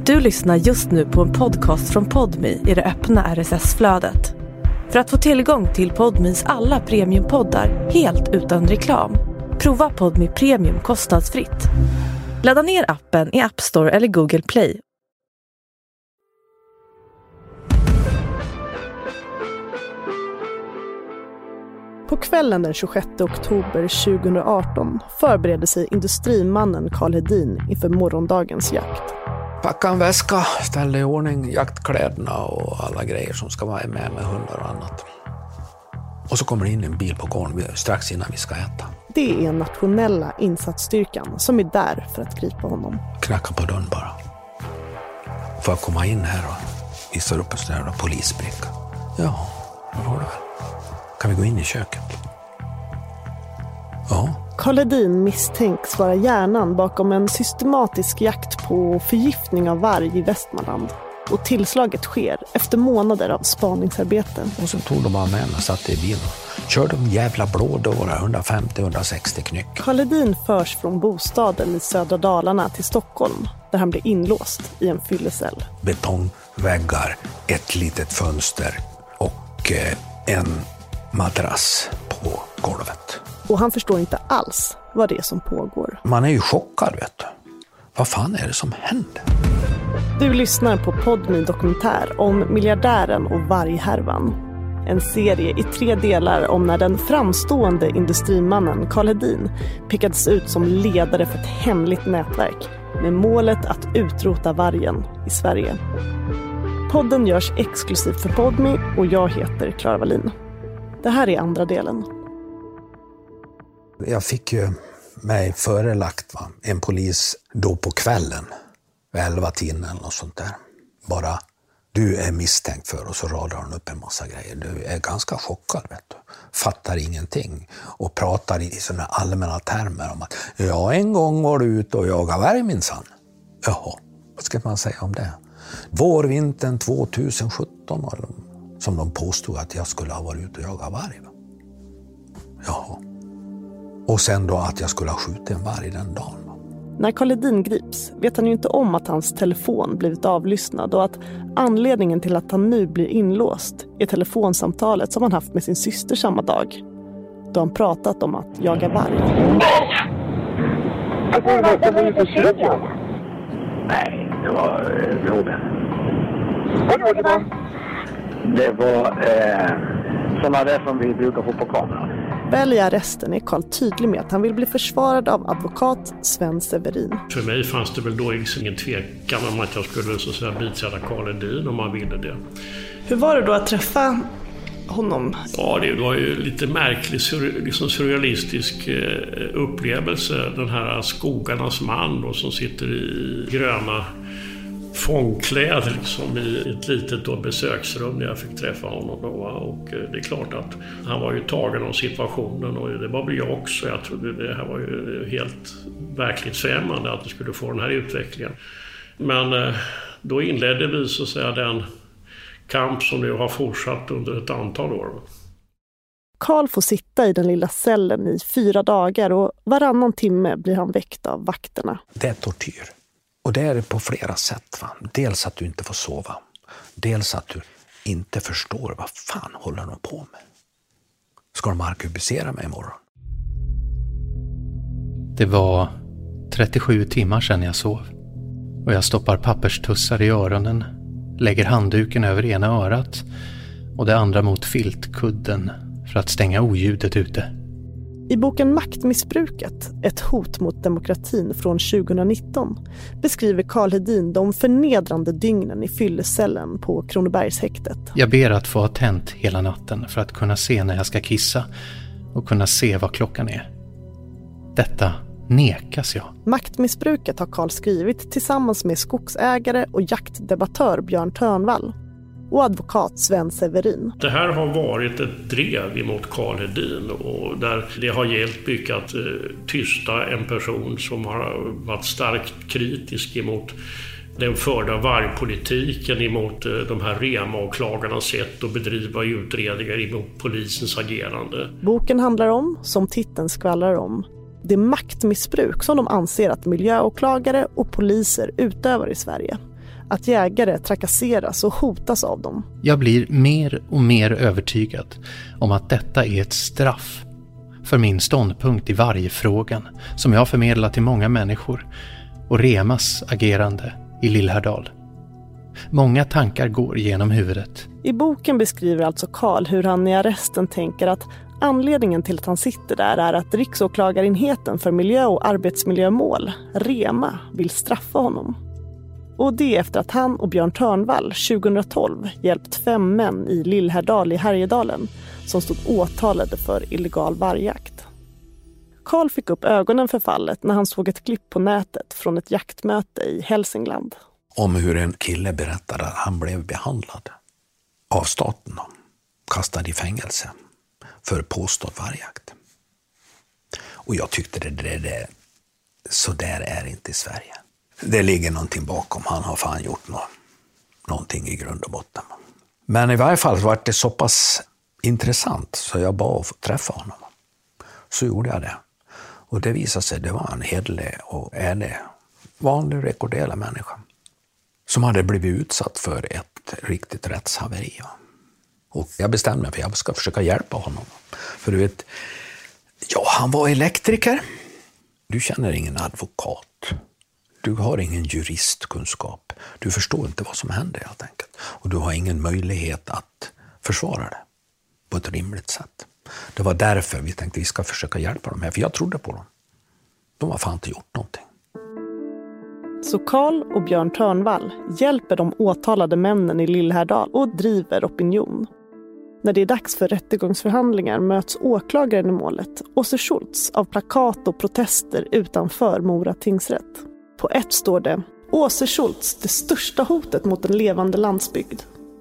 Du lyssnar just nu på en podcast från Podme i det öppna RSS-flödet. För att få tillgång till Podmes alla premiumpoddar helt utan reklam, prova Podme Premium kostnadsfritt. Ladda ner appen i App Store eller Google Play. På kvällen den 26 oktober 2018 förbereder sig industrimannen Karl Hedin inför morgondagens jakt. Packa en väska, ställa i ordning jaktkläderna och alla grejer som ska vara med hundar och annat. Och så kommer det in en bil på gården strax innan vi ska äta. Det är nationella insatsstyrkan som är där för att gripa honom. Knacka på dörren bara. Får jag komma in här och visar upp en sån här polisbricka? Ja, det har du väl. Kan vi gå in i köket? Ja. Karl Hedin misstänks vara hjärnan bakom en systematisk jakt på förgiftning av varg i Västmanland. Och tillslaget sker efter månader av spaningsarbete. Och så tog de bara med och satte i bilen. Körde de jävla blådårar, 150-160 knyck. Karl Hedin förs från bostaden i södra Dalarna till Stockholm, där han blir inlåst i en fyllecell. Betongväggar, ett litet fönster och en madrass på golvet. Och han förstår inte alls vad det är som pågår. Man är ju chockad, vet du. Vad fan är det som händer? Du lyssnar på Podme dokumentär om miljardären och varghärvan. En serie i 3 delar om när den framstående industrimannen Karl Hedin pekades ut som ledare för ett hemligt nätverk med målet att utrota vargen i Sverige. Podden görs exklusivt för Podme och jag heter Clara Wallin. Det här är andra delen. Jag fick ju mig förelagt en polis då på kvällen, 11-tiden eller något sånt där. Bara, du är misstänkt för, och så radar hon upp en massa grejer. Du är ganska chockad, vet du. Fattar ingenting och pratar i sådana allmänna termer om att ja, en gång var du ute och jagade varg minsann. Jaha, vad ska man säga om det? Vårvintern 2017 som de påstod att jag skulle ha varit ute och jagat varg. Jaha. Och sen då att jag skulle ha skjutit en varg den dagen. När Karl Hedin grips vet han ju inte om att hans telefon blivit avlyssnad och att anledningen till att han nu blir inlåst är telefonsamtalet som han haft med sin syster samma dag. Då han pratat om att jaga varg. Nej, det var Globen. Det var sådana där som vi brukar få på kameran. Väl i arresten är Karl tydlig med att han vill bli försvarad av advokat Sven Severin. För mig fanns det väl då ingen tvekan om att jag skulle så att säga biträda Karl Hedin om man ville det. Hur var det då att träffa honom? Ja, det var ju lite märklig, liksom surrealistisk upplevelse. Den här skogarnas man då, som sitter i gröna fångkläder liksom, i ett litet då besöksrum där jag fick träffa honom då, och det är klart att han var ju tagen av situationen, och det var väl jag också. Jag trodde det här var ju helt verkligt främmande att det skulle få den här utvecklingen. Men då inledde vi så att säga den kamp som nu har fortsatt under ett antal år. Karl får sitta i den lilla cellen i 4 dagar och varannan timme blir han väckt av vakterna. Det är tortyr. Och det är det på flera sätt. Va? Dels att du inte får sova. Dels att du inte förstår vad fan håller de på med. Ska de arkebusera mig imorgon? Det var 37 timmar sedan jag sov. Och jag stoppar papperstussar i öronen. Lägger handduken över ena örat och det andra mot filtkudden för att stänga oljudet ute. I boken Maktmissbruket, ett hot mot demokratin från 2019, beskriver Karl Hedin de förnedrande dygnen i fyllecellen på Kronobergshäktet. Jag ber att få ha tänt hela natten för att kunna se när jag ska kissa och kunna se vad klockan är. Detta nekas jag. Maktmissbruket har Karl skrivit tillsammans med skogsägare och jaktdebattör Björn Törnvall och advokat Sven Severin. Det här har varit ett drev emot Karl Hedin, och där det har hjälpt mycket att tysta en person som har varit starkt kritisk emot den förda vargpolitiken, emot de här REMA-åklagarnas sätt att bedriva utredningar emot polisens agerande. Boken handlar om, som titeln skvallrar om, det maktmissbruk som de anser att miljöåklagare och poliser utövar i Sverige. att jägare trakasseras och hotas av dem. Jag blir mer och mer övertygad om att detta är ett straff för min ståndpunkt i varje frågan som jag har förmedlat till många människor och Remas agerande i Lillhärdal. Många tankar går genom huvudet. I boken beskriver alltså Karl hur han i arresten tänker att anledningen till att han sitter där är att Riksåklagarenheten för miljö- och arbetsmiljömål, REMA, vill straffa honom. Och det efter att han och Björn Törnvall 2012 hjälpt 5 män i Lillhärdal i Härjedalen som stod åtalade för illegal vargjakt. Karl fick upp ögonen för fallet när han såg ett klipp på nätet från ett jaktmöte i Hälsingland. Om hur en kille berättade att han blev behandlad av staten då, kastad i fängelse för påstådd vargjakt. Och jag tyckte det så där är inte i Sverige. Det ligger någonting bakom, han har fan gjort någonting i grund och botten. Men i varje fall var det så pass intressant så jag bad att få träffa honom. Så gjorde jag det. Och det visade sig det var en hederlig och ärlig, vanlig rekorderlig människa som hade blivit utsatt för ett riktigt rättshaveri. Och jag bestämde mig för att jag ska försöka hjälpa honom. För du vet, han var elektriker. Du känner ingen advokat. Du har ingen juristkunskap. Du förstår inte vad som händer helt enkelt. Och du har ingen möjlighet att försvara det på ett rimligt sätt. Det var därför vi tänkte att vi ska försöka hjälpa dem här. För jag trodde på dem. De har fan inte gjort någonting. Så Karl och Björn Törnvall hjälper de åtalade männen i Lillhärdal och driver opinion. När det är dags för rättegångsförhandlingar möts åklagaren i målet, Åse Schultz, av plakat och protester utanför Mora tingsrätt. På ett står det: Åse Schultz, det största hotet mot en levande landsbygd.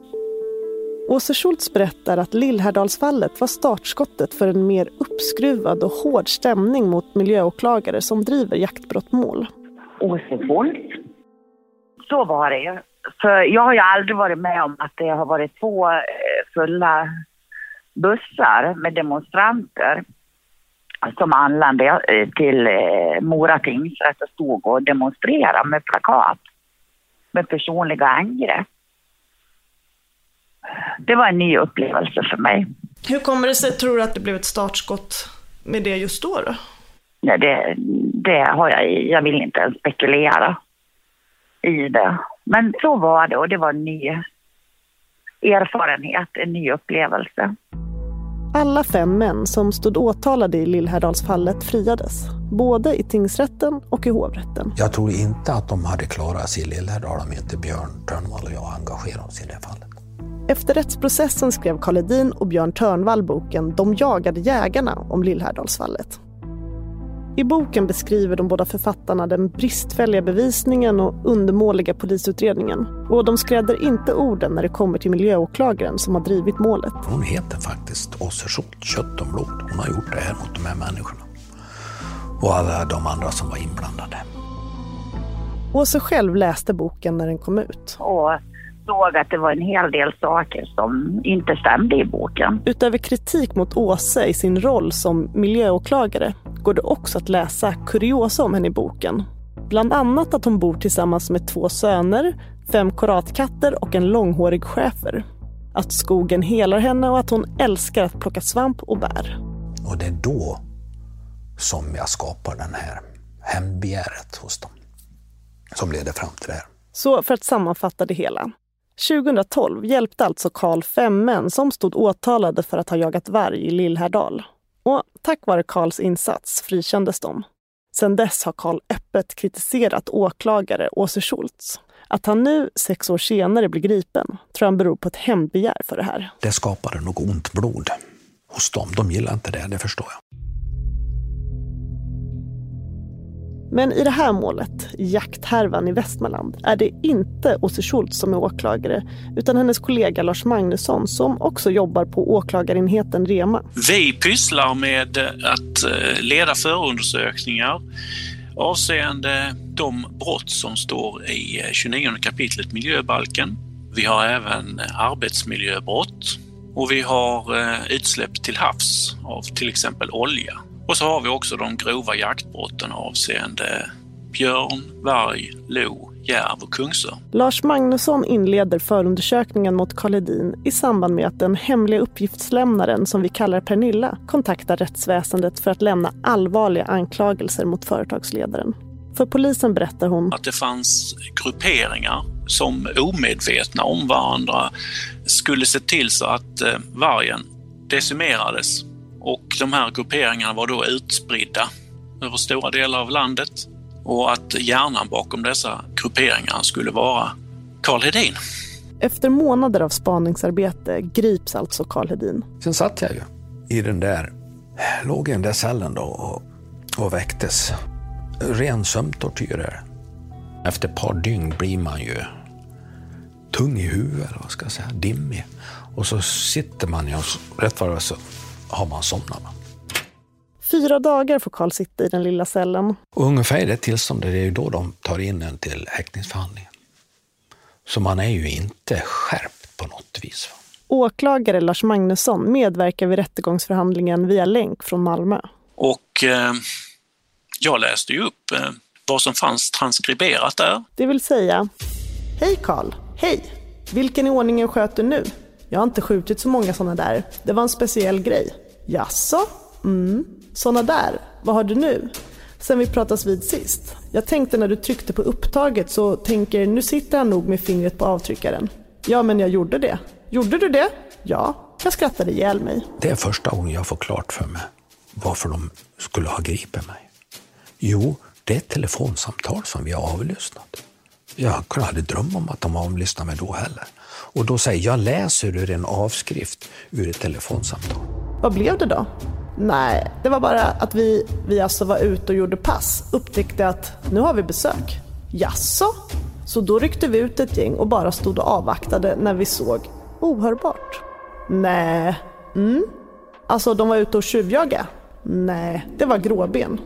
Åse Schultz berättar att Lillhärdalsfallet var startskottet för en mer uppskruvad och hård stämning mot miljöåklagare som driver jaktbrottmål. Åse Schultz. Så var det ju. För jag har ju aldrig varit med om att det har varit 2 fulla bussar med demonstranter som anlände till Mora tingsrätt och stod och demonstrerade med plakat med personliga angrepp. Det var en ny upplevelse för mig. Hur kommer det sig, tror du, att det blev ett startskott med det just då? Ja, det har jag vill inte ens spekulera i det. Men så var det, och det var en ny erfarenhet, en ny upplevelse. Alla 5 män som stod åtalade i Lillhärdalsfallet friades, både i tingsrätten och i hovrätten. Jag tror inte att de hade klarat sig i Lillhärdal om inte Björn Törnvall och jag engagerade oss i det fallet. Efter rättsprocessen skrev Karl Hedin och Björn Törnvall boken De jagade jägarna om Lillhärdalsfallet. I boken beskriver de båda författarna den bristfälliga bevisningen och undermåliga polisutredningen. Och de skräder inte orden när det kommer till miljöåklagaren som har drivit målet. Hon heter faktiskt Åse Schultz, kött och blod. Hon har gjort det här mot de här människorna. Och alla de andra som var inblandade. Åse själv läste boken när den kom ut. Och såg att det var en hel del saker som inte stämde i boken. Utöver kritik mot Åse i sin roll som miljöåklagare går det också att läsa kuriosa om henne i boken. Bland annat att hon bor tillsammans med 2 söner, 5 koratkatter och en långhårig schäfer. Att skogen helar henne och att hon älskar att plocka svamp och bär. Och det är då som jag skapar den här hämndbegäret hos dem. Som leder fram till det här. Så för att sammanfatta det hela. 2012 hjälpte alltså Karl 5 män som stod åtalade för att ha jagat varg i Lillhärdal. Och tack vare Karls insats frikändes de. Sedan dess har Karl öppet kritiserat åklagare Åse Schultz. Att han nu 6 år senare blir gripen tror han beror på ett hämndbegär för det här. Det skapade nog ont blod hos dem. De gillar inte det förstår jag. Men i det här målet, jakthärvan i Västmanland, är det inte Åse Schultz som är åklagare utan hennes kollega Lars Magnusson som också jobbar på åklagarenheten REMA. Vi pysslar med att leda förundersökningar avseende de brott som står i 29 kapitlet miljöbalken. Vi har även arbetsmiljöbrott och vi har utsläpp till havs av till exempel olja. Och så har vi också de grova jaktbrotten avseende björn, varg, lo, Järv och Kungsör. Lars Magnusson inleder förundersökningen mot Karl Hedin i samband med att den hemliga uppgiftslämnaren, som vi kallar Pernilla, kontaktar rättsväsendet för att lämna allvarliga anklagelser mot företagsledaren. För polisen berättar hon att det fanns grupperingar som omedvetna om varandra skulle se till så att vargen decimerades. Och de här grupperingarna var då utspridda över stora delar av landet. Och att hjärnan bakom dessa grupperingar skulle vara Karl Hedin. Efter månader av spaningsarbete grips alltså Karl Hedin. Sen satt jag ju i låg i den där cellen då och väcktes. Ren sömntortyr. Efter ett par dygn blir man ju tung i huvudet, eller vad ska jag säga, dimmig. Och så sitter man ju och rätt vad det så har man somnat. 4 dagar får Karl sitta i den lilla cellen. Och ungefär i det tillståndet, det är ju då de tar in en till häktningsförhandlingen. Så man är ju inte skärpt på något vis. Åklagare Lars Magnusson medverkar vid rättegångsförhandlingen via länk från Malmö. Och jag läste ju upp vad som fanns transkriberat där. Det vill säga: hej Karl, hej! Vilken i ordningen sköt du nu? Jag har inte skjutit så många såna där. Det var en speciell grej. Jaså? Såna där, vad har du nu? Sen vi pratas vid sist. Jag tänkte när du tryckte på upptaget så tänker nu sitter han nog med fingret på avtryckaren. Ja, men jag gjorde det. Gjorde du det? Ja, jag skrattade ihjäl mig. Det är första gången jag får klart för mig varför de skulle ha gripit mig. Jo, det är ett telefonsamtal som vi har avlyssnat. Jag kunde aldrig drömma om att de avlyssnade mig då heller. Och då säger jag läser ur en avskrift ur ett telefonsamtal. Vad blev det då? Nej, det var bara att vi alltså var ute och gjorde pass. Upptäckte att nu har vi besök. Jaså? Så då ryckte vi ut ett gäng och bara stod och avvaktade när vi såg ohörbart. Nej. Alltså de var ute och tjuvjaga. Nej, det var gråben.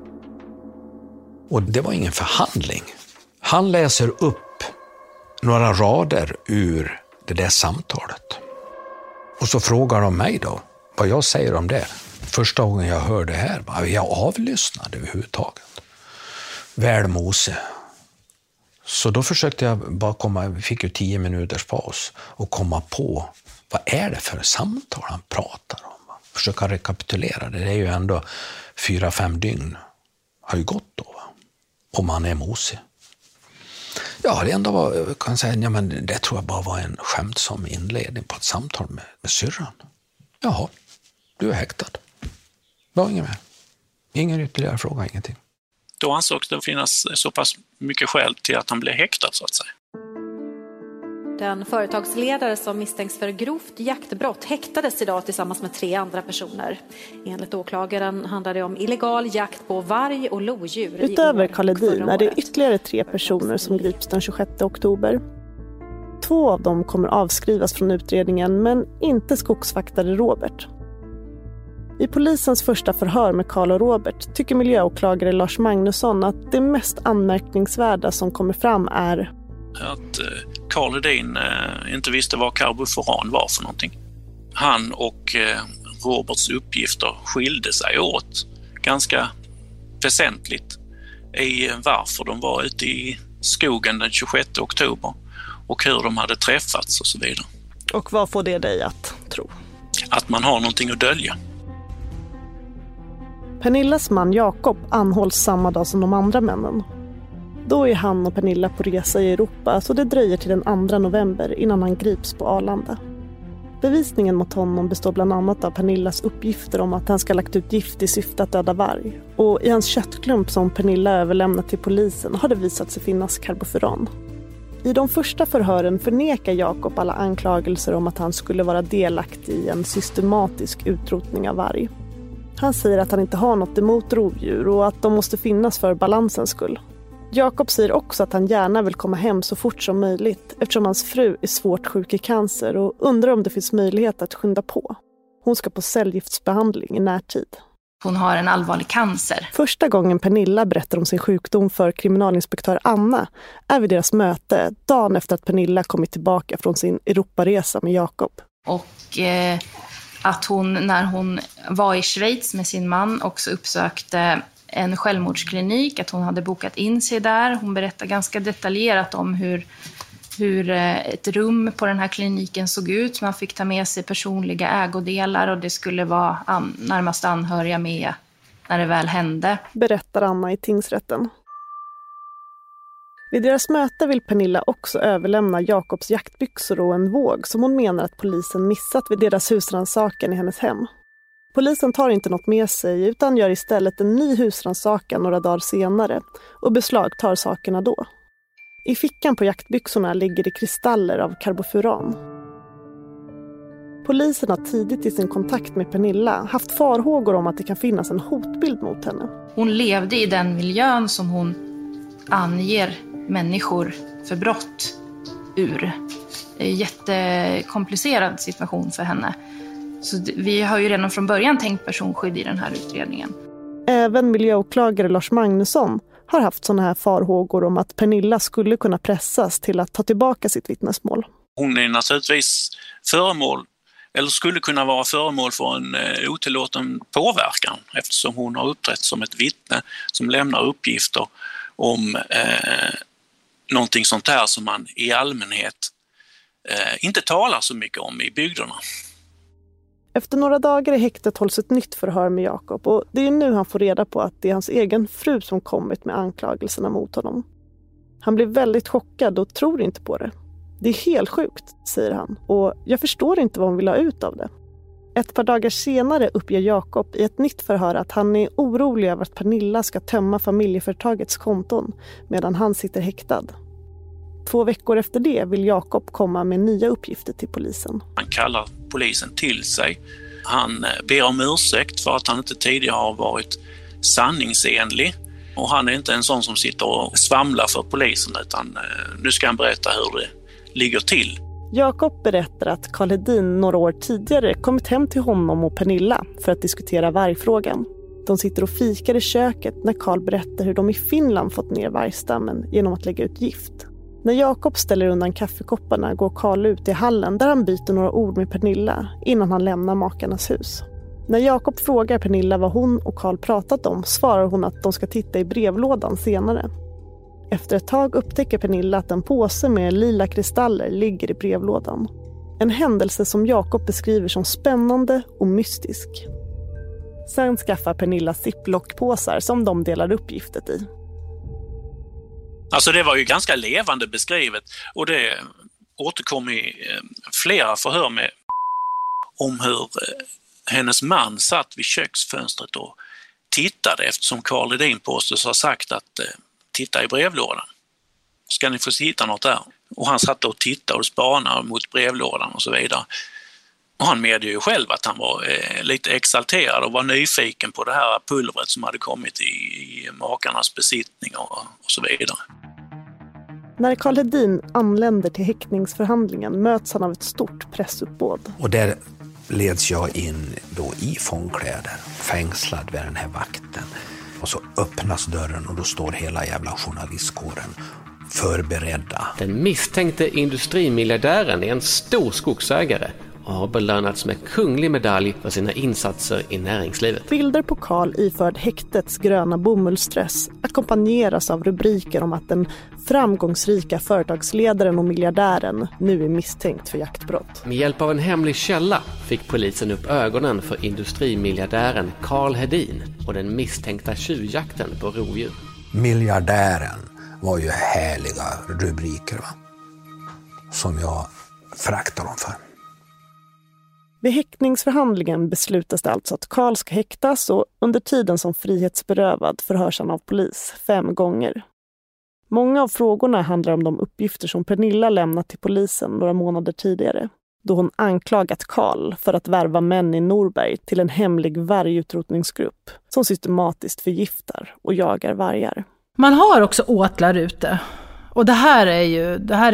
Och det var ingen förhandling. Han läser upp några rader ur det där samtalet. Och så frågar de mig då vad jag säger om det. Första gången jag hörde det här, jag avlyssnade överhuvudtaget. Väl mose. Så då försökte jag bara vi fick ju 10 minuters paus och komma på vad är det för samtal han pratar om. Försöka rekapitulera det. Det är ju ändå 4-5 dygn har ju gått då. Om man är mosig. Ja, det enda var, kan jag säga, ja, men det tror jag bara var en skämtsam inledning på ett samtal med syrran. Jaha, du är häktad. Det var inget mer. Ingen ytterligare fråga, ingenting. Då ansågs det finnas så pass mycket skäl till att han blev häktad så att säga. Den företagsledare som misstänks för grovt jaktbrott häktades idag tillsammans med 3 andra personer. Enligt åklagaren handlar det om illegal jakt på varg och lodjur. Utöver Karl Hedin är det ytterligare 3 personer som grips den 26 oktober. 2 av dem kommer avskrivas från utredningen, men inte skogsvaktare Robert. I polisens första förhör med Karl och Robert tycker miljöåklagare Lars Magnusson att det mest anmärkningsvärda som kommer fram är att Karl Hedin inte visste vad karbofuran var för någonting. Han och Roberts uppgifter skilde sig åt ganska väsentligt i varför de var ute i skogen den 26 oktober och hur de hade träffats och så vidare. Och vad får det dig att tro? Att man har någonting att dölja. Pernillas man Jakob anhålls samma dag som de andra männen. Då är han och Pernilla på resa i Europa, så det dröjer till den 2 november innan han grips på Arlanda. Bevisningen mot honom består bland annat av Pernillas uppgifter om att han ska lagt ut gift i syfte att döda varg. Och i hans köttklump som Pernilla överlämnat till polisen har det visat sig finnas karbofuran. I de första förhören förnekar Jakob alla anklagelser om att han skulle vara delaktig i en systematisk utrotning av varg. Han säger att han inte har något emot rovdjur och att de måste finnas för balansens skull. Jakob säger också att han gärna vill komma hem så fort som möjligt eftersom hans fru är svårt sjuk i cancer och undrar om det finns möjlighet att skynda på. Hon ska på cellgiftsbehandling i närtid. Hon har en allvarlig cancer. Första gången Pernilla berättar om sin sjukdom för kriminalinspektör Anna är vid deras möte dagen efter att Pernilla kommit tillbaka från sin Europaresa med Jakob. Och att hon, när hon var i Schweiz med sin man, också uppsökte en självmordsklinik, att hon hade bokat in sig där. Hon berättar ganska detaljerat om hur ett rum på den här kliniken såg ut. Man fick ta med sig personliga ägodelar och det skulle vara närmast anhöriga med när det väl hände. Berättar Anna i tingsrätten. Vid deras möte vill Pernilla också överlämna Jakobs jaktbyxor och en våg som hon menar att polisen missat vid deras husrannsakan i hennes hem. Polisen tar inte något med sig utan gör istället en ny husrannsakan några dagar senare och beslagtar sakerna då. I fickan på jaktbyxorna ligger det kristaller av karbofuran. Polisen har tidigt i sin kontakt med Pernilla haft farhågor om att det kan finnas en hotbild mot henne. Hon levde i den miljön som hon anger människor för brott ur. Det är en jättekomplicerad situation för henne. Så vi har ju redan från början tänkt personskydd i den här utredningen. Även miljöåklagare Lars Magnusson har haft sådana här farhågor om att Pernilla skulle kunna pressas till att ta tillbaka sitt vittnesmål. Hon är naturligtvis föremål, eller skulle kunna vara föremål för en otillåten påverkan eftersom hon har uppträtt som ett vittne som lämnar uppgifter om någonting sånt här som man i allmänhet inte talar så mycket om i bygderna. Efter några dagar i häktet hålls ett nytt förhör med Jakob och det är nu han får reda på att det är hans egen fru som kommit med anklagelserna mot honom. Han blir väldigt chockad och tror inte på det. Det är helt sjukt, säger han, och jag förstår inte vad hon vill ha ut av det. Ett par dagar senare uppger Jakob i ett nytt förhör att han är orolig över att Pernilla ska tömma familjeföretagets konton medan han sitter häktad. 2 veckor efter det vill Jakob komma med nya uppgifter till polisen. Han kallar polisen till sig. Han ber om ursäkt för att han inte tidigare har varit sanningsenlig. Och han är inte en sån som sitter och svamlar för polisen utan nu ska han berätta hur det ligger till. Jakob berättar att Karl Hedin några år tidigare kommit hem till honom och Pernilla för att diskutera vargfrågan. De sitter och fikar i köket när Karl berättar hur de i Finland fått ner vargstammen genom att lägga ut gift. När Jakob ställer undan kaffekopparna går Karl ut i hallen där han byter några ord med Pernilla innan han lämnar makarnas hus. När Jakob frågar Pernilla vad hon och Karl pratat om svarar hon att de ska titta i brevlådan senare. Efter ett tag upptäcker Pernilla att en påse med lila kristaller ligger i brevlådan. En händelse som Jakob beskriver som spännande och mystisk. Sen skaffar Pernilla ziplockpåsar som de delar upp giftet i. Alltså det var ju ganska levande beskrivet och det återkom i flera förhör med om hur hennes man satt vid köksfönstret och tittade eftersom Karl Hedin påstås ha sagt att titta i brevlådan. Ska ni få hitta något där? Och han satt och tittade och spanade mot brevlådan och så vidare. Och han medger ju själv att han var lite exalterad och var nyfiken på det här pulvret som hade kommit i makarnas besittning och så vidare. När Karl Hedin anländer till häktningsförhandlingen möts han av ett stort pressuppbåd. Och där leds jag in då i fångkläder, fängslad vid den här vakten. Och så öppnas dörren och då står hela jävla journalistkåren förberedda. Den misstänkte industrimiljardären är en stor skogsägare och har belönats med kunglig medalj för sina insatser i näringslivet. Bilder på Karl iförd häktets gröna bomullstress ackompanjeras av rubriker om att den framgångsrika företagsledaren och miljardären nu är misstänkt för jaktbrott. Med hjälp av en hemlig källa fick polisen upp ögonen för industrimiljardären Karl Hedin och den misstänkta tjuvjakten på rovdjur. Miljardären var ju härliga rubriker, va? Som jag föraktar dem för. Vid häktningsförhandlingen beslutas det alltså att Karl ska häktas och under tiden som frihetsberövad förhörs han av polis 5 gånger. Många av frågorna handlar om de uppgifter som Pernilla lämnat till polisen några månader tidigare, då hon anklagat Karl för att värva män i Norberg till en hemlig vargutrotningsgrupp som systematiskt förgiftar och jagar vargar. Man har också åtlar ute och det här är ju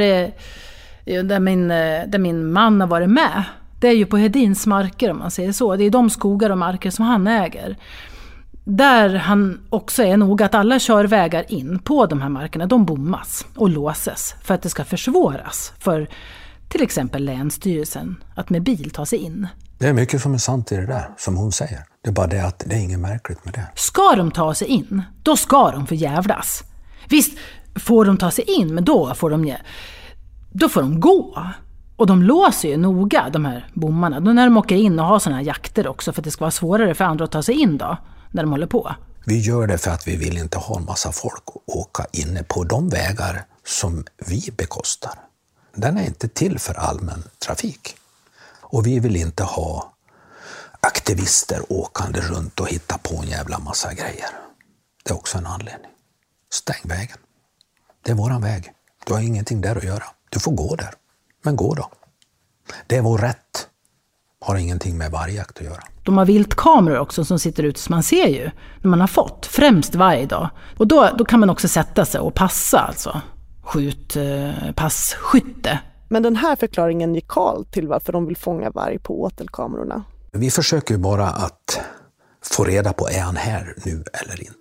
där min man har varit med. Det är ju på Hedins marker om man säger så. Det är de skogar och marker som han äger. Där han också är nog att alla körvägar in på de här markerna, de bommas och låses för att det ska försvåras för till exempel länsstyrelsen att med bil ta sig in. Det är mycket som är sant i det där, som hon säger. Det är bara det att det är inget märkligt med det. Ska de ta sig in, då ska de få jävlas. Visst får de ta sig in, men då får de gå. Och de låser ju noga, de här bommarna. Då när de åker in och har såna här jakter också, för att det ska vara svårare för andra att ta sig in då, när de håller på. Vi gör det för att vi vill inte ha en massa folk åka inne på de vägar som vi bekostar. Den är inte till för allmän trafik. Och vi vill inte ha aktivister åkande runt och hitta på en jävla massa grejer. Det är också en anledning. Stäng vägen. Det är våran väg. Du har ingenting där att göra. Du får gå där. Men gå då. Det är vår rätt. Har ingenting med vargjakt att göra. De har viltkameror också som sitter ute, så man ser ju när man har fått, främst varje dag. Och då kan man också sätta sig och passa, alltså passkytte. Men den här förklaringen gick Karl till varför de vill fånga varg på åtelkamerorna. Vi försöker bara att få reda på, är han här nu eller inte.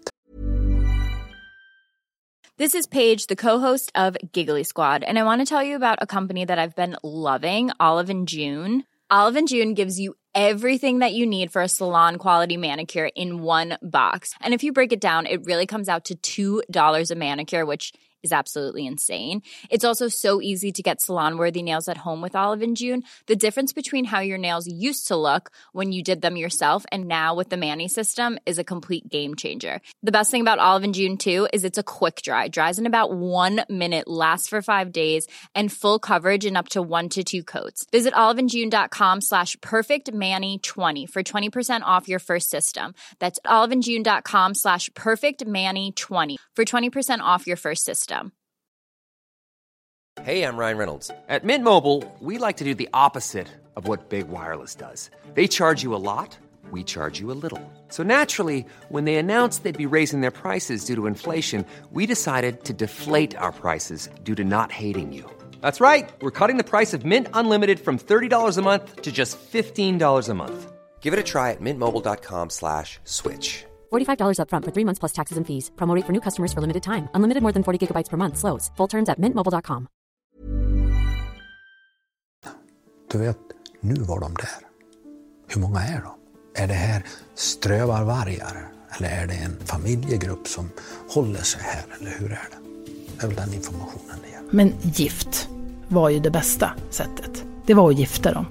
This is Paige, the co-host of Giggly Squad, and I want to tell you about a company that I've been loving, Olive & June. Olive & June gives you everything that you need for a salon-quality manicure in one box. And if you break it down, it really comes out to $2 a manicure, which is absolutely insane. It's also so easy to get salon-worthy nails at home with Olive & June. The difference between how your nails used to look when you did them yourself and now with the Mani system is a complete game changer. The best thing about Olive & June too is it's a quick dry. Dries in about 1 minute, lasts for 5 days, and full coverage in up to 1 to 2 coats. Visit oliveandjune.com/perfectmani20 for 20% off your first system. That's oliveandjune.com/perfectmani20 for 20% off your first system. Hey, I'm Ryan Reynolds. At Mint Mobile, we like to do the opposite of what Big Wireless does. They charge you a lot, we charge you a little. So naturally, when they announced they'd be raising their prices due to inflation, we decided to deflate our prices due to not hating you. That's right. We're cutting the price of Mint Unlimited from $30 a month to just $15 a month. Give it a try at mintmobile.com/switch. $45 up front for 3 months plus taxes and fees. Promo rate for new customers for limited time. Unlimited more than 40 gigabytes per month. Slows full terms at mintmobile.com. Du vet, nu var de där. Hur många är de? Är det här strövarvargar? Eller är det en familjegrupp som håller sig här? Eller hur är det? Det är väl den informationen det är. Men gift var ju det bästa sättet. Det var att gifta dem.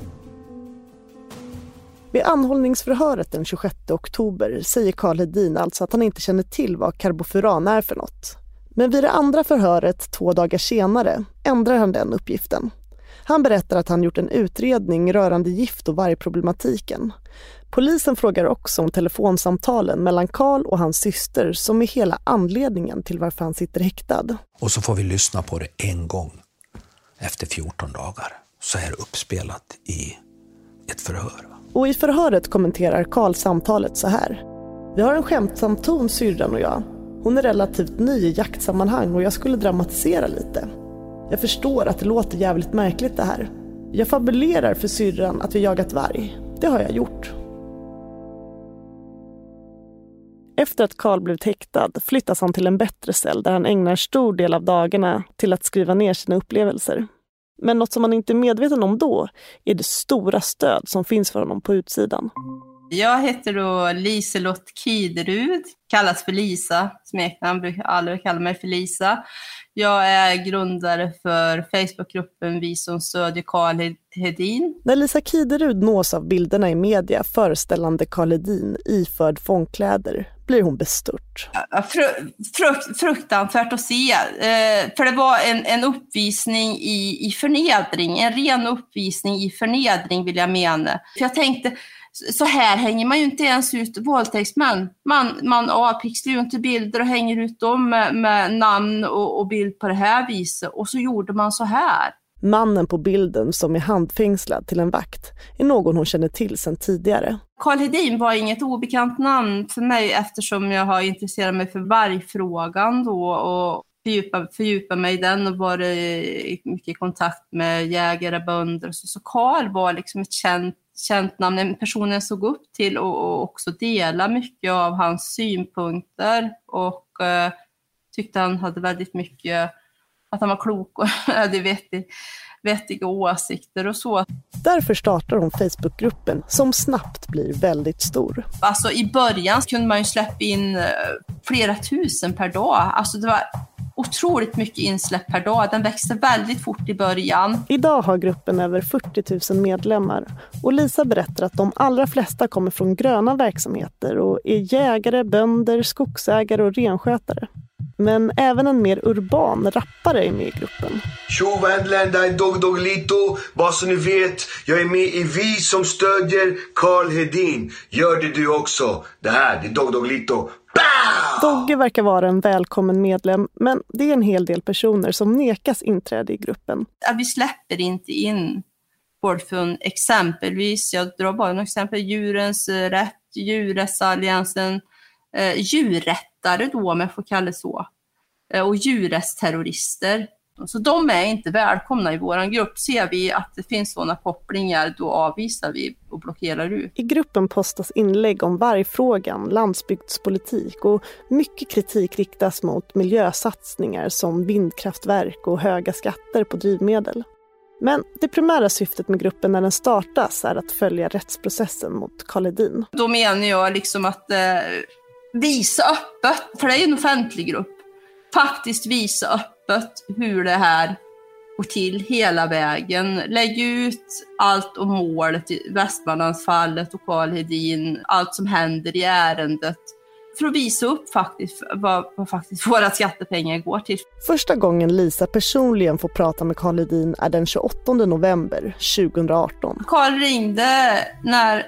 Vid anhållningsförhöret den 26 oktober säger Karl Hedin alltså att han inte känner till vad karbofuran är för något. Men vid det andra förhöret 2 dagar senare ändrar han den uppgiften. Han berättar att han gjort en utredning rörande gift- och vargproblematiken. Polisen frågar också om telefonsamtalen mellan Karl och hans syster som är hela anledningen till varför han sitter häktad. Och så får vi lyssna på det en gång efter 14 dagar. Så är det uppspelat i ett förhör. Och i förhöret kommenterar Karl samtalet så här. Vi har en skämtsam ton, syrran och jag. Hon är relativt ny i jaktsammanhang och jag skulle dramatisera lite. Jag förstår att det låter jävligt märkligt det här. Jag fabulerar för syrran att vi jagat varg. Det har jag gjort. Efter att Karl blev häktad flyttas han till en bättre cell där han ägnar stor del av dagarna till att skriva ner sina upplevelser. Men något som man inte är medveten om då är det stora stöd som finns för honom på utsidan. Jag heter då Liselott Kiderud, kallas för Lisa, smeknamn, brukar alla kalla mig för Lisa. Jag är grundare för Facebookgruppen Vi som stödjer Karl Hedin. När Lisa Kiderud nås av bilderna i media föreställande Karl Hedin iförd fångkläder blir hon bestört. Fruktansvärt att se. För det var en uppvisning i förnedring. En ren uppvisning i förnedring vill jag mena. För jag tänkte, så här hänger man ju inte ens ut våldtäktsmän. Man avpixlar ju inte bilder och hänger ut dem med namn och bild på det här viset. Och så gjorde man så här. Mannen på bilden som är handfängslad till en vakt är någon hon känner till sedan tidigare. Karl Hedin var inget obekant namn för mig eftersom jag har intresserat mig för vargfrågan då och fördjupa mig i den och varit mycket i kontakt med jägare, bönder. Så Karl var liksom ett känt namn, en person jag såg upp till och också dela mycket av hans synpunkter och tyckte han hade väldigt mycket att han var klok och hade vettiga åsikter och så. Därför startar hon Facebookgruppen som snabbt blir väldigt stor. Alltså i början kunde man ju släppa in flera tusen per dag. Alltså det var otroligt mycket insläpp per dag. Den växte väldigt fort i början. Idag har gruppen över 40 000 medlemmar. Och Lisa berättar att de allra flesta kommer från gröna verksamheter och är jägare, bönder, skogsägare och renskötare. Men även en mer urban rappare är med i gruppen. Tjo vänner, det är Dog Lito. Bara så ni vet, jag är med i Vi som stödjer Karl Hedin. Gör det du också. Det är Dog Lito. Dogge verkar vara en välkommen medlem, men det är en hel del personer som nekas inträde i gruppen. Vi släpper inte in folk från exempelvis, jag drar bara några exempel, Djurens rätt, Djurrättsalliansen, djurrättare då om jag får kalla det så, och djurrättsterrorister. Så de är inte välkomna i våran grupp. Ser vi att det finns sådana kopplingar, då avvisar vi och blockerar ut. I gruppen postas inlägg om vargfrågan, landsbygdspolitik och mycket kritik riktas mot miljösatsningar som vindkraftverk och höga skatter på drivmedel. Men det primära syftet med gruppen när den startas är att följa rättsprocessen mot Karl Hedin. Då menar jag liksom att visa öppet, för det är en offentlig grupp, faktiskt visa öppet hur det här går till hela vägen. Lägg ut allt om målet i Västmanlandsfallet och Karl Hedin, allt som händer i ärendet. För att visa upp faktiskt vad faktiskt våra skattepengar går till. Första gången Lisa personligen får prata med Karl Hedin är den 28 november 2018. Karl ringde när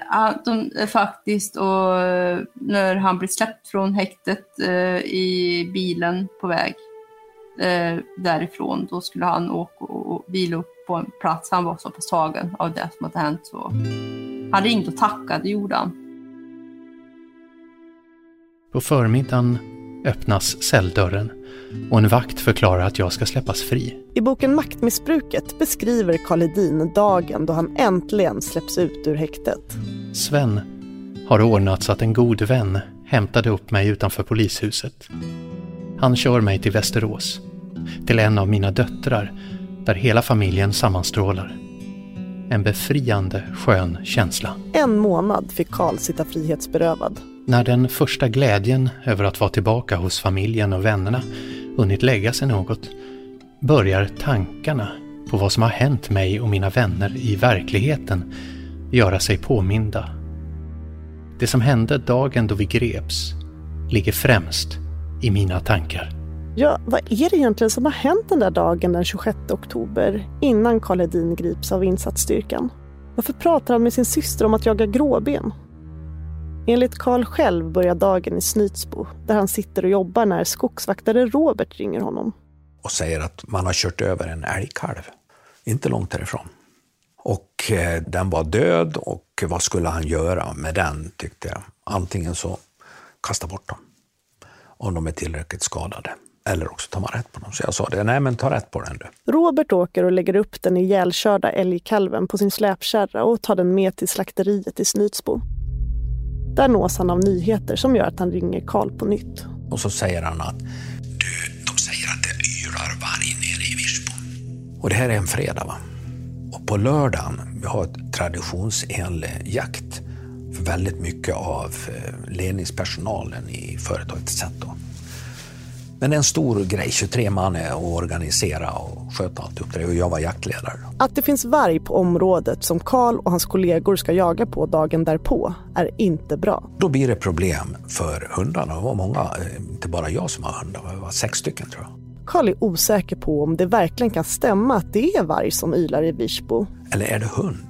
han blev släppt från häktet i bilen på väg därifrån. Då skulle han åka och vila upp på en plats. Han var så pass tagen av det som hade hänt. Så han ringde och tackade, gjorde han. På förmiddagen öppnas celldörren och en vakt förklarar att jag ska släppas fri. I boken Maktmissbruket beskriver Karl Hedin dagen då han äntligen släpps ut ur häktet. Sven har ordnat så att en god vän hämtade upp mig utanför polishuset. Han kör mig till Västerås, till en av mina döttrar där hela familjen sammanstrålar. En befriande skön känsla. 1 månad fick Karl sitta frihetsberövad. När den första glädjen över att vara tillbaka hos familjen och vännerna hunnit lägga sig något, börjar tankarna på vad som har hänt mig och mina vänner i verkligheten göra sig påminda. Det som hände dagen då vi greps ligger främst i mina tankar. Ja, vad är det egentligen som har hänt den där dagen den 26 oktober innan Karl Hedin grips av insatsstyrkan? Varför pratar han med sin syster om att jaga gråben? Enligt Karl själv börjar dagen i Snytsbo, där han sitter och jobbar när skogsvaktare Robert ringer honom. Och säger att man har kört över en älgkalv, inte långt härifrån. Och den var död, och vad skulle han göra med den, tyckte jag. Antingen så kasta bort dem, om de är tillräckligt skadade. Eller också tar man rätt på dem. Så jag sa det, nej men ta rätt på den du. Robert åker och lägger upp den ihjälkörda älgkalven på sin släpkärra och tar den med till slakteriet i Snytsbo. Där nås han av nyheter som gör att han ringer Karl på nytt. Och så säger han att de säger att det yrar varg nere i Virsbo. Och det här är en fredag, va? Och på lördagen, vi har ett traditionsenlig jakt för väldigt mycket av ledningspersonalen i företaget sett då. Men det är en stor grej, 23 man är att organisera och sköta allt upp det, och jag var jaktledare. Att det finns varg på området som Karl och hans kollegor ska jaga på dagen därpå är inte bra. Då blir det problem för hundarna. Det var många, inte bara jag som har hundar, det var 6 stycken tror jag. Karl är osäker på om det verkligen kan stämma att det är varg som ylar i Virsbo. Eller är det hund?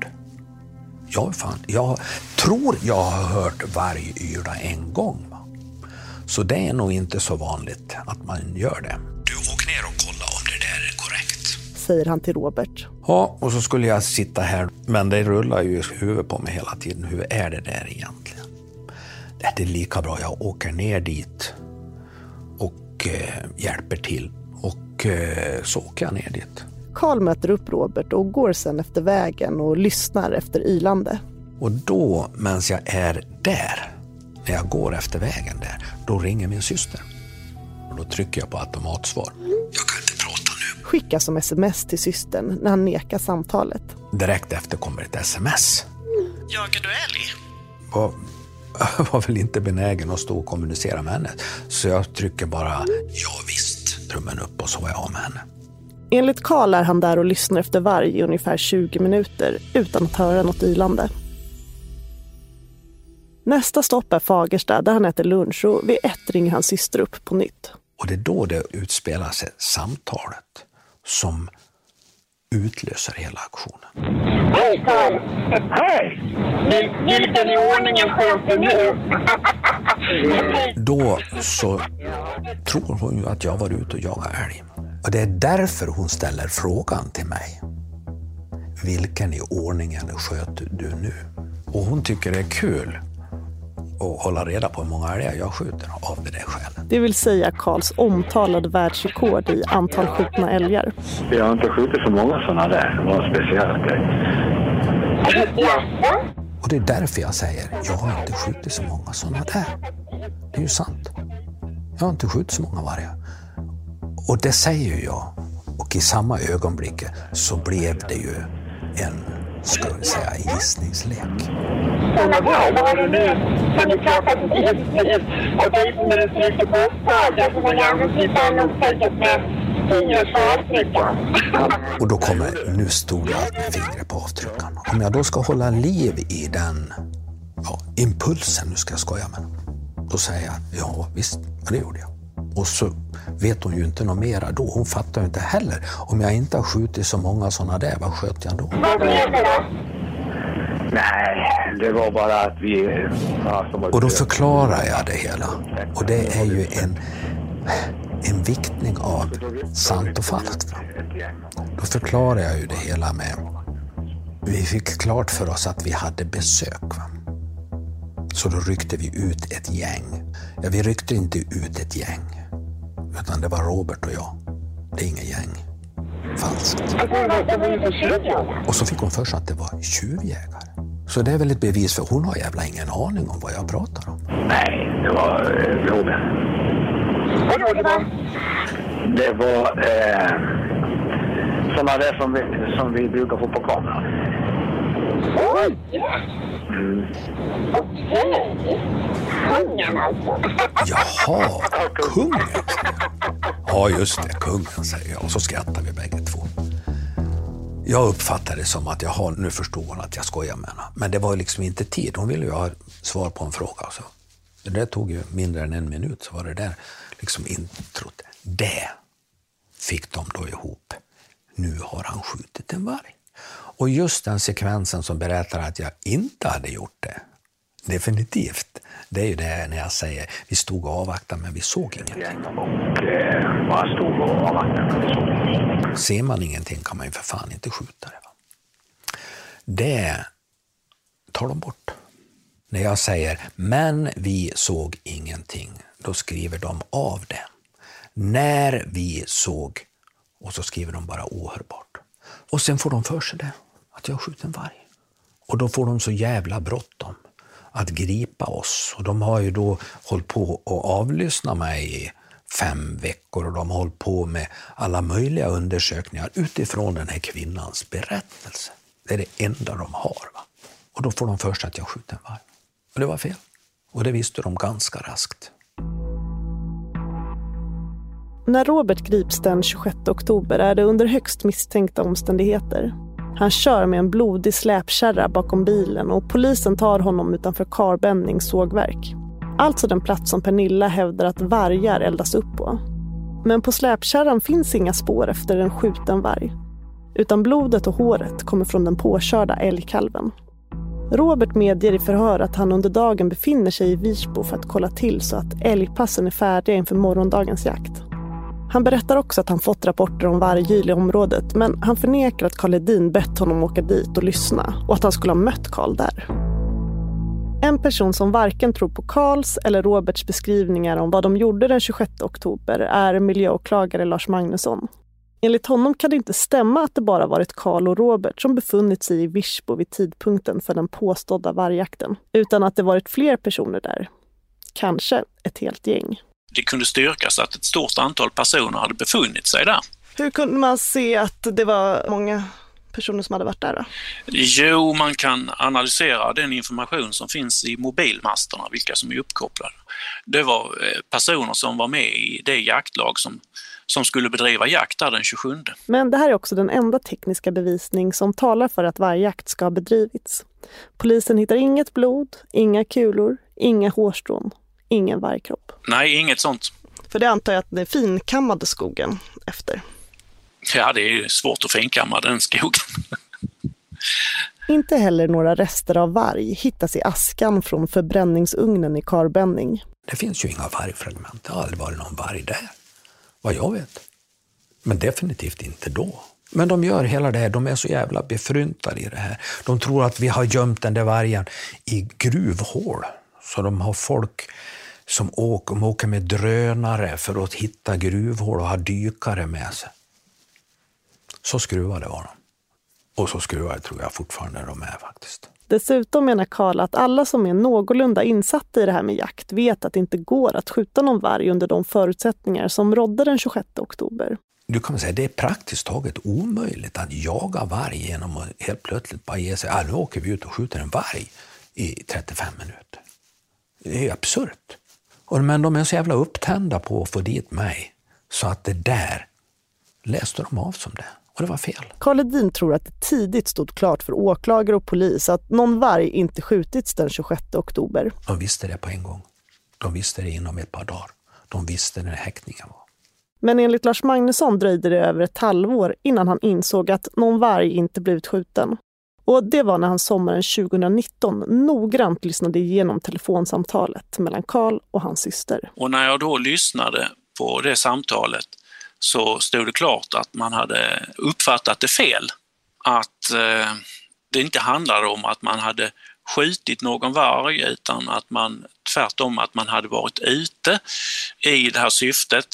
Jag tror jag har hört varg yla en gång. Så det är nog inte så vanligt att man gör det. Du, åk ner och kolla om det där är korrekt, säger han till Robert. Ja, och så skulle jag sitta här, men det rullar ju huvudet på mig hela tiden. Hur är det där egentligen? Det är lika bra, jag åker ner dit och hjälper till. Och så åker jag ner dit. Karl möter upp Robert och går sen efter vägen och lyssnar efter ylande. Och då, medan jag är där, när jag går efter vägen där, då ringer min syster. Och då trycker jag på automatsvar. Jag kan inte prata nu. skickas som sms till systern när han nekar samtalet. Direkt efter kommer ett sms. Jagar du älg? Jag var väl inte benägen att stå och kommunicera med henne. Så jag trycker bara ja visst, trummen upp och så var jag av med henne. Enligt Karl är han där och lyssnar efter varg i ungefär 20 minuter utan att höra något ylande. Nästa stopp är Fagersta där han äter lunch och vid 1 ringer hans syster upp på nytt. Och det är då det utspelar sig samtalet som utlöser hela aktionen. Hej Karl! Hej! Vilken i ordningen sköt du nu? Då så tror hon ju att jag var ute och jagade älg. Och det är därför hon ställer frågan till mig. Vilken i ordningen sköt du nu? Och hon tycker det är kul att hålla reda på hur många älgar jag skjuter av det skälet. Det vill säga Karls omtalade världsrekord i antal skjutna älgar. Jag har inte skjutit så många sådana där. Det var en speciell grej. Och det är därför jag säger jag har inte skjutit så många sådana där. Det är ju sant. Jag har inte skjutit så många vargar. Och det säger jag. Och i samma ögonblick så blev det ju en, ska vi säga, gissningslek. Sådana där, vad har du nu? Kan du prata till och det är när du trycker på upptaget så man gärna slipper en upptäcket med fingret på avtryckaren. Och då kommer, nu stod jag med fingret på avtryckaren. Om jag då ska hålla liv i den impulsen, nu ska jag skoja med, då säger jag, ja visst, det gjorde jag. Och så vet hon ju inte något mera då. Hon fattar ju inte heller. Om jag inte har skjutit så många sådana där, vad sköt jag då? Vad blev det då? Nej, det var bara att vi... Och då förklarar jag det hela. Och det är ju en viktning av sant och falskt. Då förklarar jag ju det hela med... Vi fick klart för oss att vi hade besök. Så då ryckte vi ut ett gäng. Ja, vi ryckte inte ut ett gäng. Utan det var Robert och jag. Det är ingen gäng. Falskt. Och så fick hon för sig att det var tjuvjägare. Så det är väl ett bevis för hon har jävla ingen aning om vad jag pratar om. Nej, det var Robert. Vad gjorde man? Det var sådana där som vi brukar få på kameran. Oj! Okej. Kungen alltså. Jaha, kungen. Ja just det, kungen säger jag. Och så skrattar vi bägge två. Jag uppfattar det som att nu förstod hon att jag skojar med henne. Men det var ju liksom inte tid. Hon ville ju ha svar på en fråga. Så. Det där tog ju mindre än 1 minut. Så var det där liksom introt. Det fick de då ihop. Nu har han skjutit en varg. Och just den sekvensen som berättar att jag inte hade gjort det. Definitivt. Det är ju det när jag säger vi stod och avvaktade men vi såg ingenting. Och bara stod och avvaktade men vi såg ingenting. Ser man ingenting kan man ju för fan inte skjuta det. Va? Det tar de bort. När jag säger men vi såg ingenting, då skriver de av det. När vi såg, och så skriver de bara ohörbart. Och sen får de för sig det, att jag skjuter en varg. Och då får de så jävla bråttom att gripa oss. Och de har ju då hållit på att avlyssna mig i 5 veckor och de har hållit på med alla möjliga undersökningar utifrån den här kvinnans berättelse. Det är det enda de har. Va? Och då får de först att jag skjuter en varg. Och det var fel. Och det visste de ganska raskt. När Robert grips den 26 oktober är det under högst misstänkta omständigheter. Han kör med en blodig släpkärra bakom bilen och polisen tar honom utanför Karbännings sågverk. Alltså den plats som Pernilla hävdar att vargar eldas upp på. Men på släpkärran finns inga spår efter en skjuten varg. Utan blodet och håret kommer från den påkörda älgkalven. Robert medger i förhör att han under dagen befinner sig i Virsbo för att kolla till så att älgpassen är färdiga inför morgondagens jakt. Han berättar också att han fått rapporter om vargyl i området, men han förnekar att Karl Hedin bett honom åka dit och lyssna och att han skulle ha mött Karl där. En person som varken tror på Karls eller Roberts beskrivningar om vad de gjorde den 26 oktober är miljöåklagare Lars Magnusson. Enligt honom kan det inte stämma att det bara varit Karl och Robert som befunnit sig i Virsbo vid tidpunkten för den påstådda vargjakten, utan att det varit fler personer där. Kanske ett helt gäng. Det kunde styrkas att ett stort antal personer hade befunnit sig där. Hur kunde man se att det var många personer som hade varit där då? Jo, man kan analysera den information som finns i mobilmasterna, vilka som är uppkopplade. Det var personer som var med i det jaktlag som skulle bedriva jakt där den 27. Men det här är också den enda tekniska bevisning som talar för att vargjakt ska ha bedrivits. Polisen hittar inget blod, inga kulor, inga hårstrån, ingen vargkropp. Nej, inget sånt. För det antar jag att det är finkammade skogen efter. Ja, det är svårt att finkamma den skogen. Inte heller några rester av varg hittas i askan från förbränningsugnen i Karbenning. Det finns ju inga vargfragment. Det har aldrig varit någon varg där, vad jag vet. Men definitivt inte då. Men de gör hela det här, de är så jävla befryntade i det här. De tror att vi har gömt den där vargen i gruvhål. Så de har folk som åker med drönare för att hitta gruvhål och ha dykare med sig. Så skruvade var de. Och så skruvade tror jag fortfarande de är faktiskt. Dessutom menar Karl att alla som är någorlunda insatta i det här med jakt vet att det inte går att skjuta någon varg under de förutsättningar som rådde den 26 oktober. Du kan säga att det är praktiskt taget omöjligt att jaga varg genom att helt plötsligt bara ge sig. Nu åker vi ut och skjuter en varg i 35 minuter. Det är absurt. Men de är så jävla upptända på att få dit mig. Så att det där läste de av som det. Och det var fel. Karl Hedin tror att det tidigt stod klart för åklagare och polis att någon varg inte skjutits den 26 oktober. De visste det på en gång. De visste det inom ett par dagar. De visste när häktningen var. Men enligt Lars Magnusson dröjde det över ett halvår innan han insåg att någon varg inte blivit skjuten. Och det var när han sommaren 2019 noggrant lyssnade igenom telefonsamtalet mellan Karl och hans syster. Och när jag då lyssnade på det samtalet så stod det klart att man hade uppfattat det fel. Att det inte handlade om att man hade skjutit någon varg utan att man tvärtom att man hade varit ute i det här syftet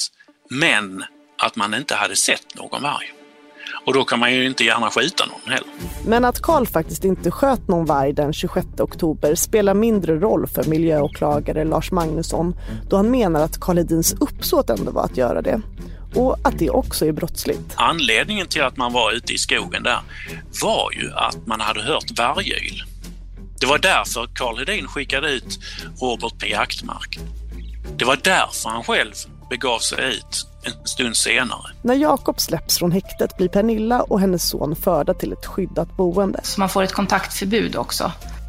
men att man inte hade sett någon varg. Och då kan man ju inte gärna skjuta någon heller. Men att Karl faktiskt inte sköt någon varg den 26 oktober spelar mindre roll för miljöåklagare Lars Magnusson då han menar att Karl Hedins uppsåt ändå var att göra det. Och att det också är brottsligt. Anledningen till att man var ute i skogen där var ju att man hade hört vargyl. Det var därför Karl Hedin skickade ut Robert på jaktmark. Det var därför han själv begav sig ut en stund senare. När Jakob släpps från häktet blir Pernilla och hennes son förda till ett skyddat boende. Så man får ett kontaktförbud också.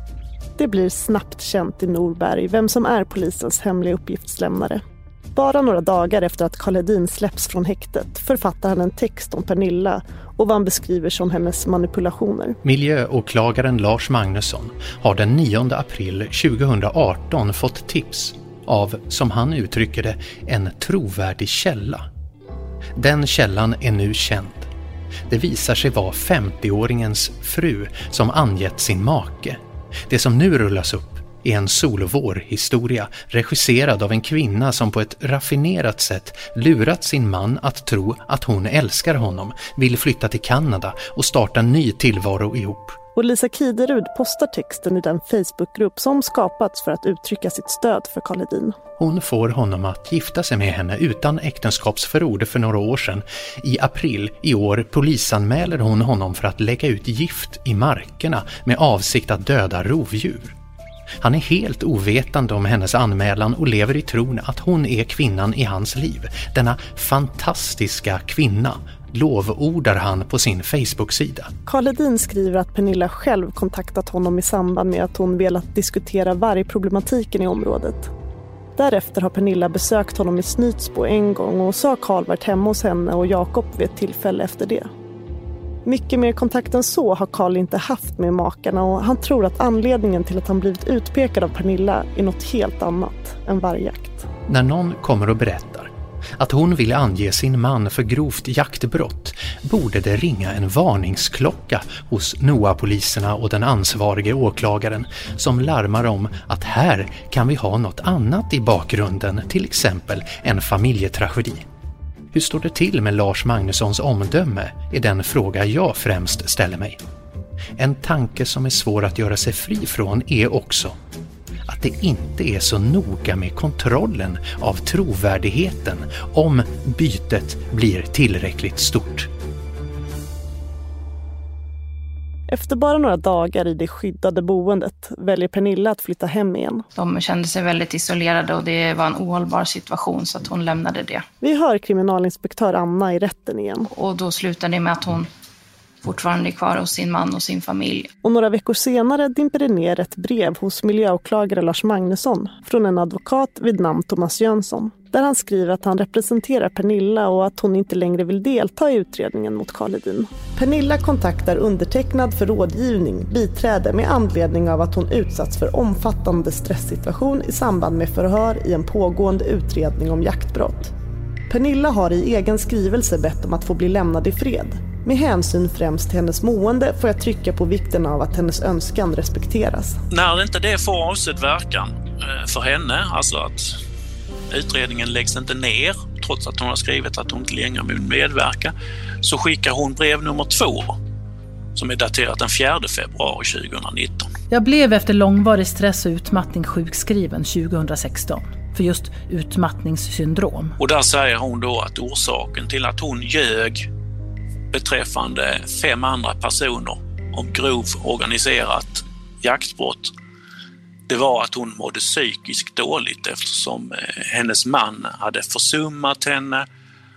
Det blir snabbt känt i Norberg vem som är polisens hemliga uppgiftslämnare. Bara några dagar efter att Karl Hedin släpps från häktet författar han en text om Pernilla och vad han beskriver som hennes manipulationer. Miljöåklagaren Lars Magnusson har den 9 april 2018 fått tips av, som han uttrycker det, en trovärdig källa. Den källan är nu känd. Det visar sig vara 50-åringens fru som angett sin make. Det som nu rullas upp är en solovår-historia regisserad av en kvinna som på ett raffinerat sätt lurat sin man att tro att hon älskar honom, vill flytta till Kanada och starta en ny tillvaro ihop. Och Lisa Kiderud postar texten i den Facebookgrupp som skapats för att uttrycka sitt stöd för Karl Hedin. Hon får honom att gifta sig med henne utan äktenskapsförord för några år sedan. I april i år polisanmäler hon honom för att lägga ut gift i markerna med avsikt att döda rovdjur. Han är helt ovetande om hennes anmälan och lever i tron att hon är kvinnan i hans liv. Denna fantastiska kvinna lovordar han på sin Facebook-sida. Karl Hedin skriver att Pernilla själv kontaktat honom i samband med att hon velat diskutera vargproblematiken i området. Därefter har Pernilla besökt honom i Snytsbo en gång och så har Karl varit hemma hos henne och Jakob vid ett tillfälle efter det. Mycket mer kontakt än så har Karl inte haft med makarna och han tror att anledningen till att han blivit utpekad av Pernilla är något helt annat än vargjakt. När någon kommer och berättar att hon vill ange sin man för grovt jaktbrott borde det ringa en varningsklocka hos NOA-poliserna och den ansvarige åklagaren som larmar om att här kan vi ha något annat i bakgrunden, till exempel en familjetragedi. Hur står det till med Lars Magnussons omdöme är den fråga jag främst ställer mig. En tanke som är svår att göra sig fri från är också att det inte är så noga med kontrollen av trovärdigheten om bytet blir tillräckligt stort. Efter bara några dagar i det skyddade boendet väljer Pernilla att flytta hem igen. De kände sig väldigt isolerade och det var en ohållbar situation så att hon lämnade det. Vi hör kriminalinspektör Anna i rätten igen. Och då slutade det med att hon fortfarande är kvar hos sin man och sin familj. Och några veckor senare dimper det ner ett brev hos miljöåklagare Lars Magnusson från en advokat vid namn Thomas Jönsson. Där han skriver att han representerar Pernilla och att hon inte längre vill delta i utredningen mot Karl Hedin. Pernilla kontaktar undertecknad för rådgivning, biträde med anledning av att hon utsatts för omfattande stresssituation i samband med förhör i en pågående utredning om jaktbrott. Pernilla har i egen skrivelse bett om att få bli lämnad i fred. Med hänsyn främst till hennes mående får jag trycka på vikten av att hennes önskan respekteras. När inte det får avsedd verkan för henne, alltså att utredningen läggs inte ner trots att hon har skrivit att hon inte längre vill medverka, så skickar hon brev nummer 2 som är daterat den 4 februari 2019. Jag blev efter långvarig stress och utmattning sjukskriven 2016 för just utmattningssyndrom. Och där säger hon då att orsaken till att hon ljög beträffande 5 andra personer om grov organiserat jaktbrott, det var att hon mådde psykiskt dåligt eftersom hennes man hade försummat henne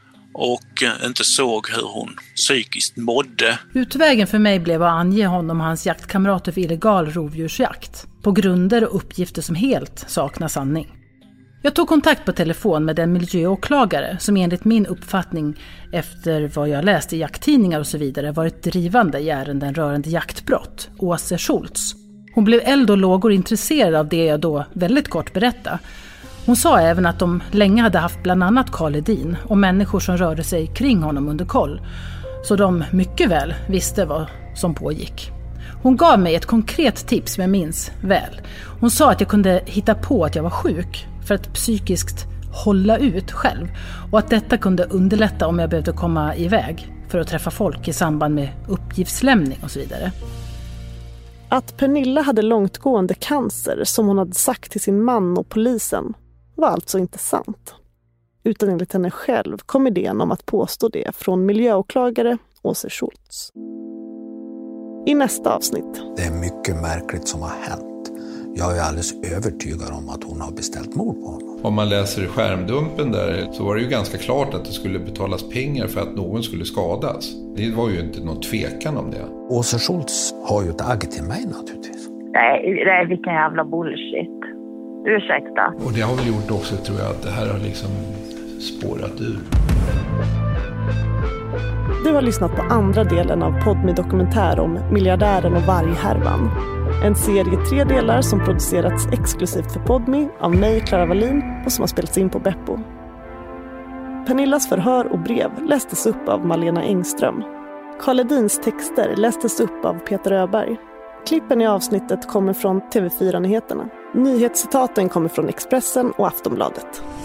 och inte såg hur hon psykiskt mådde. Utvägen för mig blev att ange honom och hans jaktkamrater för illegal rovdjursjakt på grunder och uppgifter som helt saknar sanning. Jag tog kontakt på telefon med den miljöåklagare som enligt min uppfattning, efter vad jag läst i jakttidningar och så vidare, varit drivande i ärenden rörande jaktbrott, Åse Schultz. Hon blev eld och lågor intresserad av det jag då väldigt kort berättade. Hon sa även att de länge hade haft bland annat Karl Hedin och människor som rörde sig kring honom under koll, så de mycket väl visste vad som pågick. Hon gav mig ett konkret tips som jag minns väl. Hon sa att jag kunde hitta på att jag var sjuk för att psykiskt hålla ut själv och att detta kunde underlätta om jag behövde komma iväg för att träffa folk i samband med uppgiftslämning och så vidare. Att Pernilla hade långtgående cancer som hon hade sagt till sin man och polisen var alltså inte sant. Utan enligt henne själv kom idén om att påstå det från miljöåklagare Åse Schultz. I nästa avsnitt. Det är mycket märkligt som har hänt. Jag är alldeles övertygad om att hon har beställt mord på honom. Om man läser skärmdumpen där så var det ju ganska klart att det skulle betalas pengar för att någon skulle skadas. Det var ju inte någon tvekan om det. Åse Schultz har ju ett agg till mig naturligtvis. Nej, det är vilken jävla bullshit. Ursäkta. Och det har väl gjort också, tror jag, att det här har liksom spårat ur. Du har lyssnat på andra delen av Podme dokumentär om miljardären och varghärvan. En serie 3 delar som producerats exklusivt för Podme av mig, Clara Wallin, och som har spelats in på Beppo. Pernillas förhör och brev lästes upp av Malena Engström. Karl Hedins texter lästes upp av Peter Öberg. Klippen i avsnittet kommer från TV4-nyheterna. Nyhetscitaten kommer från Expressen och Aftonbladet.